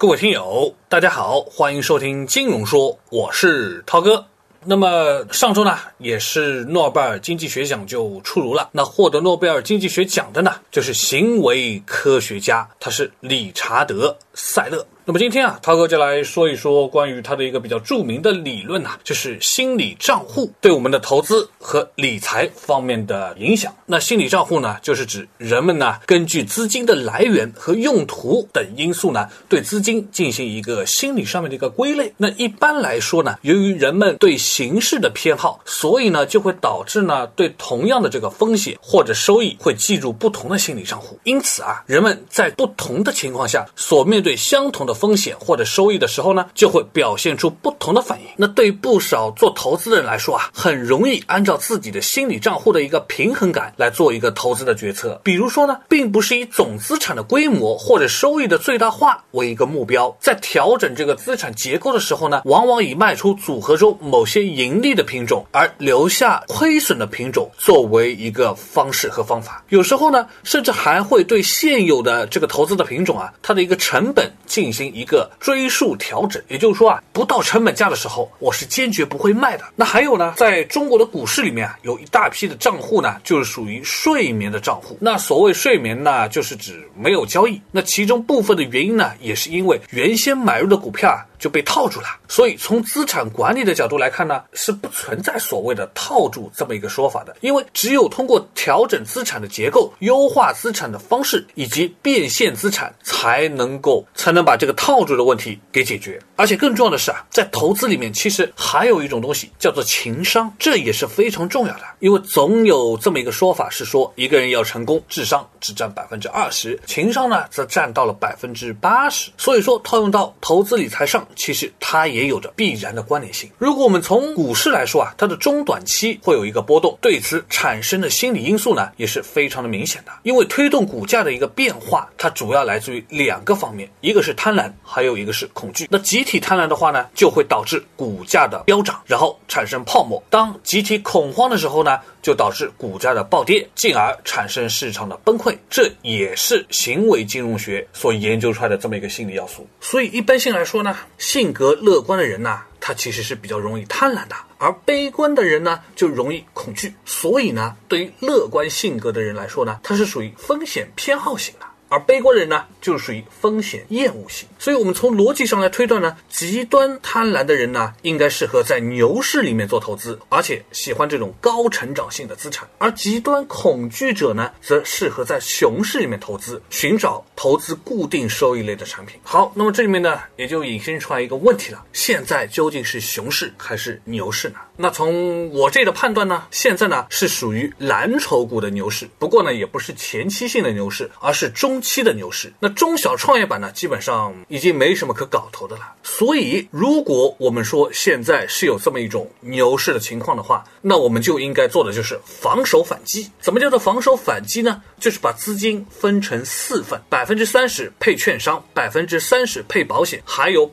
各位听友大家好，欢迎收听金融说，我是涛哥。那么上周呢，也是诺贝尔经济学奖就出炉了。那获得诺贝尔经济学奖的呢，就是行为科学家，他是理查德·塞勒。那么今天啊，涛哥就来说一说关于他的一个比较著名的理论啊，就是心理账户对我们的投资和理财方面的影响。那心理账户呢，就是指人们呢根据资金的来源和用途等因素呢，对资金进行一个心理上面的一个归类。那一般来说呢，由于人们对形式的偏好，所以呢就会导致呢对同样的这个风险或者收益会计入不同的心理账户。因此啊，人们在不同的情况下所面对相同的风险或者收益的时候呢，就会表现出不同的反应。那对于不少做投资的人来说啊，很容易按照自己的心理账户的一个平衡感来做一个投资的决策。比如说呢，并不是以总资产的规模或者收益的最大化为一个目标，在调整这个资产结构的时候呢，往往以卖出组合中某些盈利的品种而留下亏损的品种作为一个方式和方法。有时候呢，甚至还会对现有的这个投资的品种啊，它的一个成本进行一个追溯调整。也就是说啊，不到成本价的时候，我是坚决不会卖的。那还有呢，在中国的股市里面啊，有一大批的账户呢，就是属于睡眠的账户。那所谓睡眠呢，就是指没有交易。那其中部分的原因呢，也是因为原先买入的股票啊就被套住了。所以从资产管理的角度来看呢，是不存在所谓的套住这么一个说法的。因为只有通过调整资产的结构、优化资产的方式以及变现资产，才能把这个套住的问题给解决。而且更重要的是啊，在投资里面其实还有一种东西叫做情商，这也是非常重要的。因为总有这么一个说法是说，一个人要成功，智商只占 20%， 情商呢则占到了 80%。 所以说套用到投资理财上，其实它也有着必然的关联性。如果我们从股市来说啊，它的中短期会有一个波动，对此产生的心理因素呢也是非常的明显的。因为推动股价的一个变化，它主要来自于两个方面，一个是贪婪，还有一个是恐惧。那集体贪婪的话呢，就会导致股价的飙涨，然后产生泡沫。当集体恐慌的时候呢，就导致股价的暴跌，进而产生市场的崩溃。这也是行为金融学所研究出来的这么一个心理要素。所以一般性来说呢，性格乐观的人呢，他其实是比较容易贪婪的，而悲观的人呢就容易恐惧。所以呢，对于乐观性格的人来说呢，他是属于风险偏好型的，而悲观人呢就是属于风险厌恶型。所以我们从逻辑上来推断呢，极端贪婪的人呢应该适合在牛市里面做投资，而且喜欢这种高成长性的资产。而极端恐惧者呢，则适合在熊市里面投资，寻找投资固定收益类的产品。好，那么这里面呢也就引申出来一个问题了，现在究竟是熊市还是牛市呢？那从我这里的判断呢，现在呢是属于蓝筹股的牛市，不过呢也不是前期性的牛市，而是中期的牛市。那中小创业板呢，基本上已经没什么可搞头的了。所以如果我们说现在是有这么一种牛市的情况的话，那我们就应该做的就是防守反击。怎么叫做防守反击呢？就是把资金分成4份，30%配券商，30%配保险，还有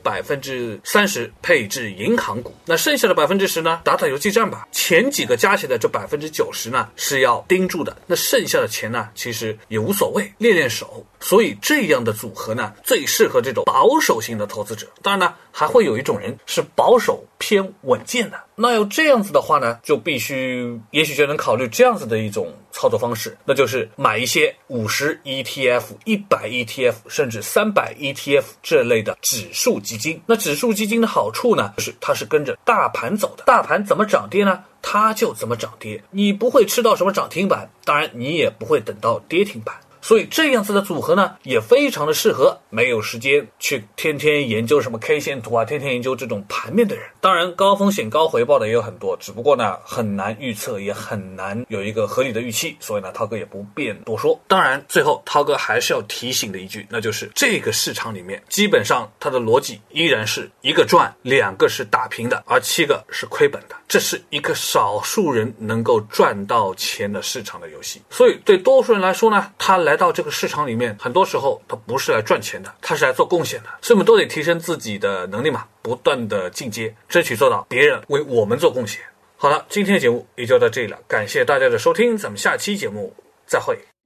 30%配置银行股。那剩下的10%呢，打游击战吧。前几个加起来这90%呢是要盯住的，那剩下的钱呢其实也无所谓，练练手。所以这样的组合呢，最适合这种保守型的投资者。当然呢，还会有一种人是保守偏稳健的。那要这样子的话呢，就必须也许就能考虑这样子的一种操作方式，那就是买一些50 ETF、100 ETF 甚至300 ETF 这类的指数基金。那指数基金的好处呢，就是它是跟着大盘走的，大盘怎么涨跌呢，它就怎么涨跌，你不会吃到什么涨停板，当然你也不会等到跌停板。所以这样子的组合呢，也非常的适合没有时间去天天研究什么 K 线图啊，天天研究这种盘面的人。当然高风险高回报的也有很多，只不过呢很难预测，也很难有一个合理的预期，所以呢涛哥也不便多说。当然最后涛哥还是要提醒的一句，那就是这个市场里面基本上它的逻辑依然是1个赚2个是打平的，而7个是亏本的。这是一个少数人能够赚到钱的市场的游戏。所以对多数人来说呢，他来到这个市场里面，很多时候他不是来赚钱的，他是来做贡献的。所以我们都得提升自己的能力嘛，不断的进阶，争取做到别人为我们做贡献。好了，今天的节目也就到这里了，感谢大家的收听，咱们下期节目再会。